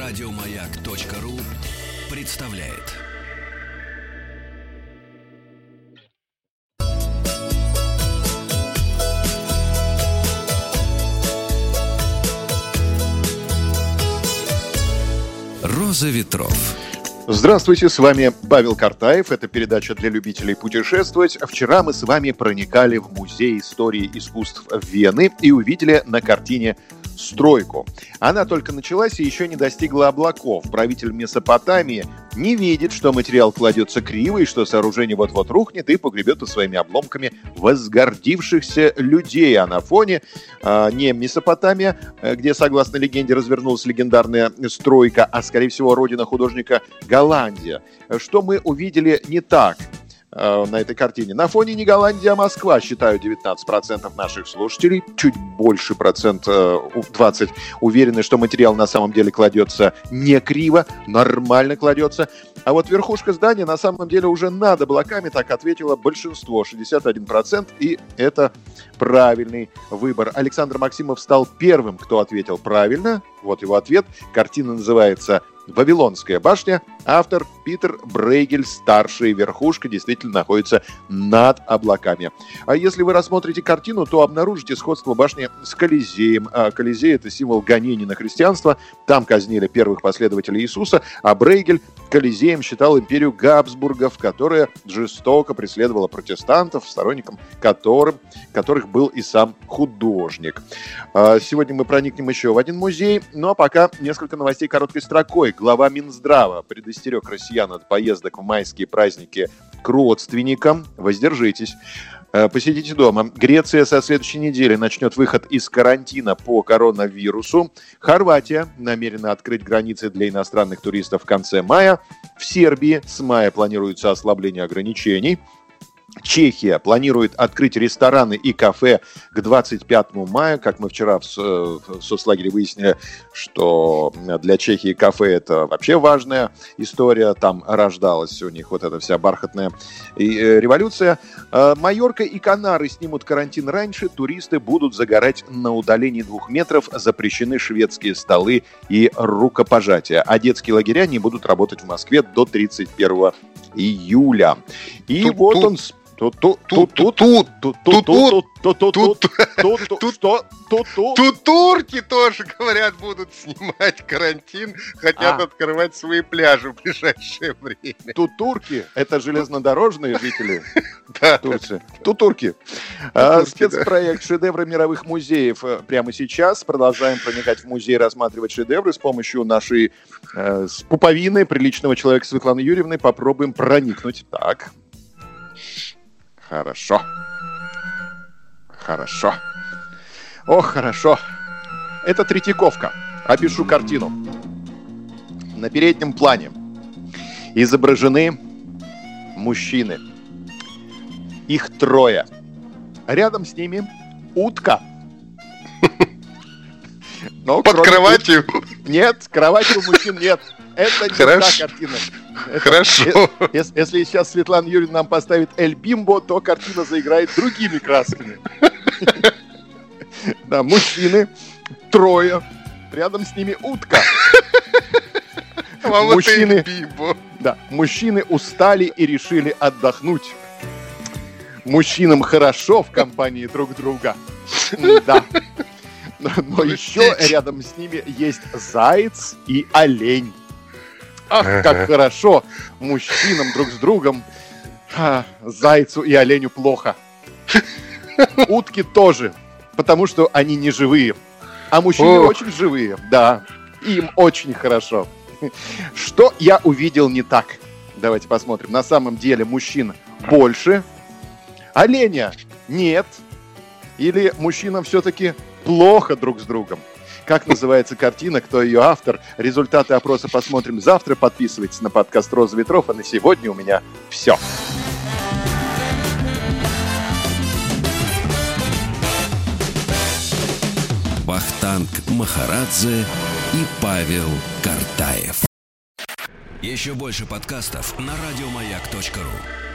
Радиомаяк.ру представляет. «Роза ветров». Здравствуйте, с вами Павел Картаев. Это передача для любителей путешествовать. Вчера мы с вами проникали в Музей истории искусств Вены и увидели на картине стройку. Она только началась и еще не достигла облаков. Правитель Месопотамии не видит, что материал кладется криво и что сооружение вот-вот рухнет и погребет под своими обломками возгордившихся людей. А на фоне не Месопотамия, где, согласно легенде, развернулась легендарная стройка, а, скорее всего, родина художника Голландия. Что мы увидели не так на этой картине? На фоне не Голландия, а Москва, считают 19% наших слушателей. Чуть больше, 20% уверены, что материал на самом деле кладется не криво, нормально кладется. А вот верхушка здания на самом деле уже над облаками, так ответило большинство, 61%, и это правильный выбор. Александр Максимов стал первым, кто ответил правильно. Вот его ответ. Картина называется «Вавилонская башня». Автор Питер Брейгель-старший. Верхушка действительно находится над облаками. А если вы рассмотрите картину, то обнаружите сходство башни с Колизеем. Колизей — это символ гонений на христианство. Там казнили первых последователей Иисуса, а Брейгель Колизеем считал империю Габсбургов, которая жестоко преследовала протестантов, сторонником которых был и сам художник. Сегодня мы проникнем еще в один музей, но пока несколько новостей короткой строкой. Глава Минздрава предостерег россиян от поездок в майские праздники к родственникам. Воздержитесь. Посидите дома. Греция со следующей недели начнет выход из карантина по коронавирусу. Хорватия намерена открыть границы для иностранных туристов в конце мая. В Сербии с мая планируется ослабление ограничений. Чехия планирует открыть рестораны и кафе к 25 мая. Как мы вчера в соцлагере выяснили, что для Чехии кафе — это вообще важная история. Там рождалась у них вот эта вся бархатная революция. Майорка и Канары снимут карантин раньше. Туристы будут загорать на удалении 2 метров. Запрещены шведские столы и рукопожатия. А детские лагеря не будут работать в Москве до 31 июля. И вот он... Турки тоже, говорят, будут снимать карантин, хотят открывать свои пляжи в ближайшее время. Турки — это железнодорожные жители Турции. Турки. Спецпроект «Шедевры мировых музеев» прямо сейчас. Продолжаем проникать в музей, рассматривать шедевры. С помощью нашей пуповины, приличного человека Светланы Юрьевны, попробуем проникнуть. Так. Хорошо. Ох, хорошо. Это Третьяковка. Опишу картину. На переднем плане изображены мужчины. Их 3. Рядом с ними утка. Но под кроватью? Нет, кровати у мужчин нет. Это не та картина. Хорошо. Если сейчас Светлана Юрьевна нам поставит Эль Бимбо, то картина заиграет другими красками. Да, мужчины 3. Рядом с ними утка. Мужчины устали и решили отдохнуть. Мужчинам хорошо в компании друг друга. Да. Но еще рядом с ними есть заяц и олень. Ах, как хорошо мужчинам друг с другом. Зайцу и оленю плохо. Утки тоже, потому что они не живые. А мужчины очень живые, да. Им очень хорошо. Что я увидел не так? Давайте посмотрим. На самом деле мужчин больше, оленя нет. Или мужчинам все-таки плохо друг с другом? Как называется картина, кто ее автор? Результаты опроса посмотрим завтра. Подписывайтесь на подкаст «Роза ветров». А на сегодня у меня все. Вахтанг Махарадзе и Павел Картаев. Еще больше подкастов на радиомаяк.ру.